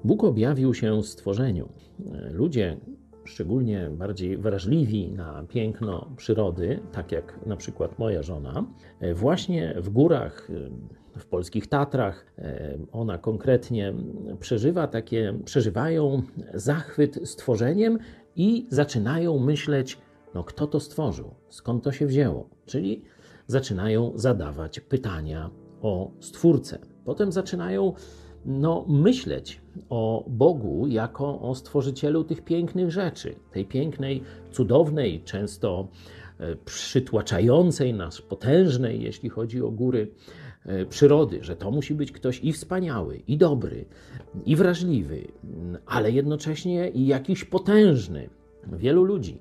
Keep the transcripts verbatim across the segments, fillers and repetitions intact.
Bóg objawił się stworzeniu. Ludzie, szczególnie bardziej wrażliwi na piękno przyrody, tak jak na przykład moja żona, właśnie w górach, w polskich Tatrach, ona konkretnie przeżywa takie, przeżywają zachwyt stworzeniem i zaczynają myśleć, no kto to stworzył, skąd to się wzięło, czyli zaczynają zadawać pytania o Stwórcę. Potem zaczynają no, myśleć o Bogu jako o stworzycielu tych pięknych rzeczy, tej pięknej, cudownej, często przytłaczającej nas, potężnej, jeśli chodzi o góry, przyrody, że to musi być ktoś i wspaniały, i dobry, i wrażliwy, ale jednocześnie i jakiś potężny. Wielu ludzi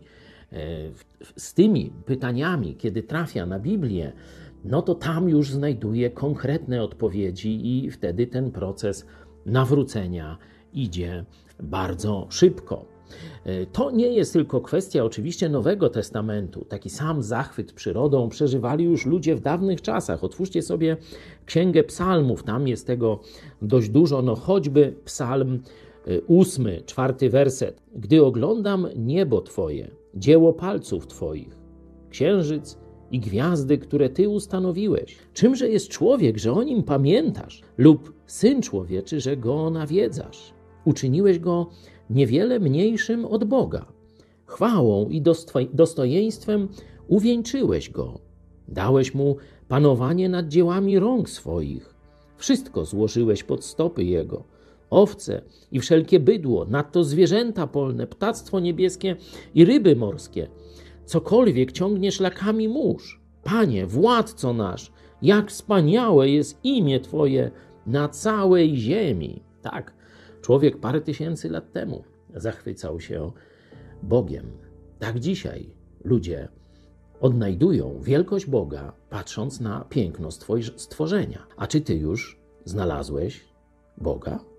z tymi pytaniami, kiedy trafia na Biblię, no to tam już znajduje konkretne odpowiedzi i wtedy ten proces nawrócenia idzie bardzo szybko. To nie jest tylko kwestia oczywiście Nowego Testamentu. Taki sam zachwyt przyrodą przeżywali już ludzie w dawnych czasach. Otwórzcie sobie Księgę Psalmów, tam jest tego dość dużo, no choćby Psalm ósmy, czwarty werset. Gdy oglądam niebo Twoje, dzieło palców Twoich, księżyc i gwiazdy, które Ty ustanowiłeś. Czymże jest człowiek, że o nim pamiętasz? Lub syn człowieczy, że go nawiedzasz? Uczyniłeś go niewiele mniejszym od Boga. Chwałą i dostojeństwem uwieńczyłeś go. Dałeś mu panowanie nad dziełami rąk swoich. Wszystko złożyłeś pod stopy jego. Owce i wszelkie bydło, nadto zwierzęta polne, ptactwo niebieskie i ryby morskie. Cokolwiek ciągnie szlakami mórz. Panie, władco nasz, jak wspaniałe jest imię Twoje na całej ziemi. Tak, człowiek parę tysięcy lat temu zachwycał się Bogiem. Tak dzisiaj ludzie odnajdują wielkość Boga, patrząc na piękno stworzenia. A czy Ty już znalazłeś Boga?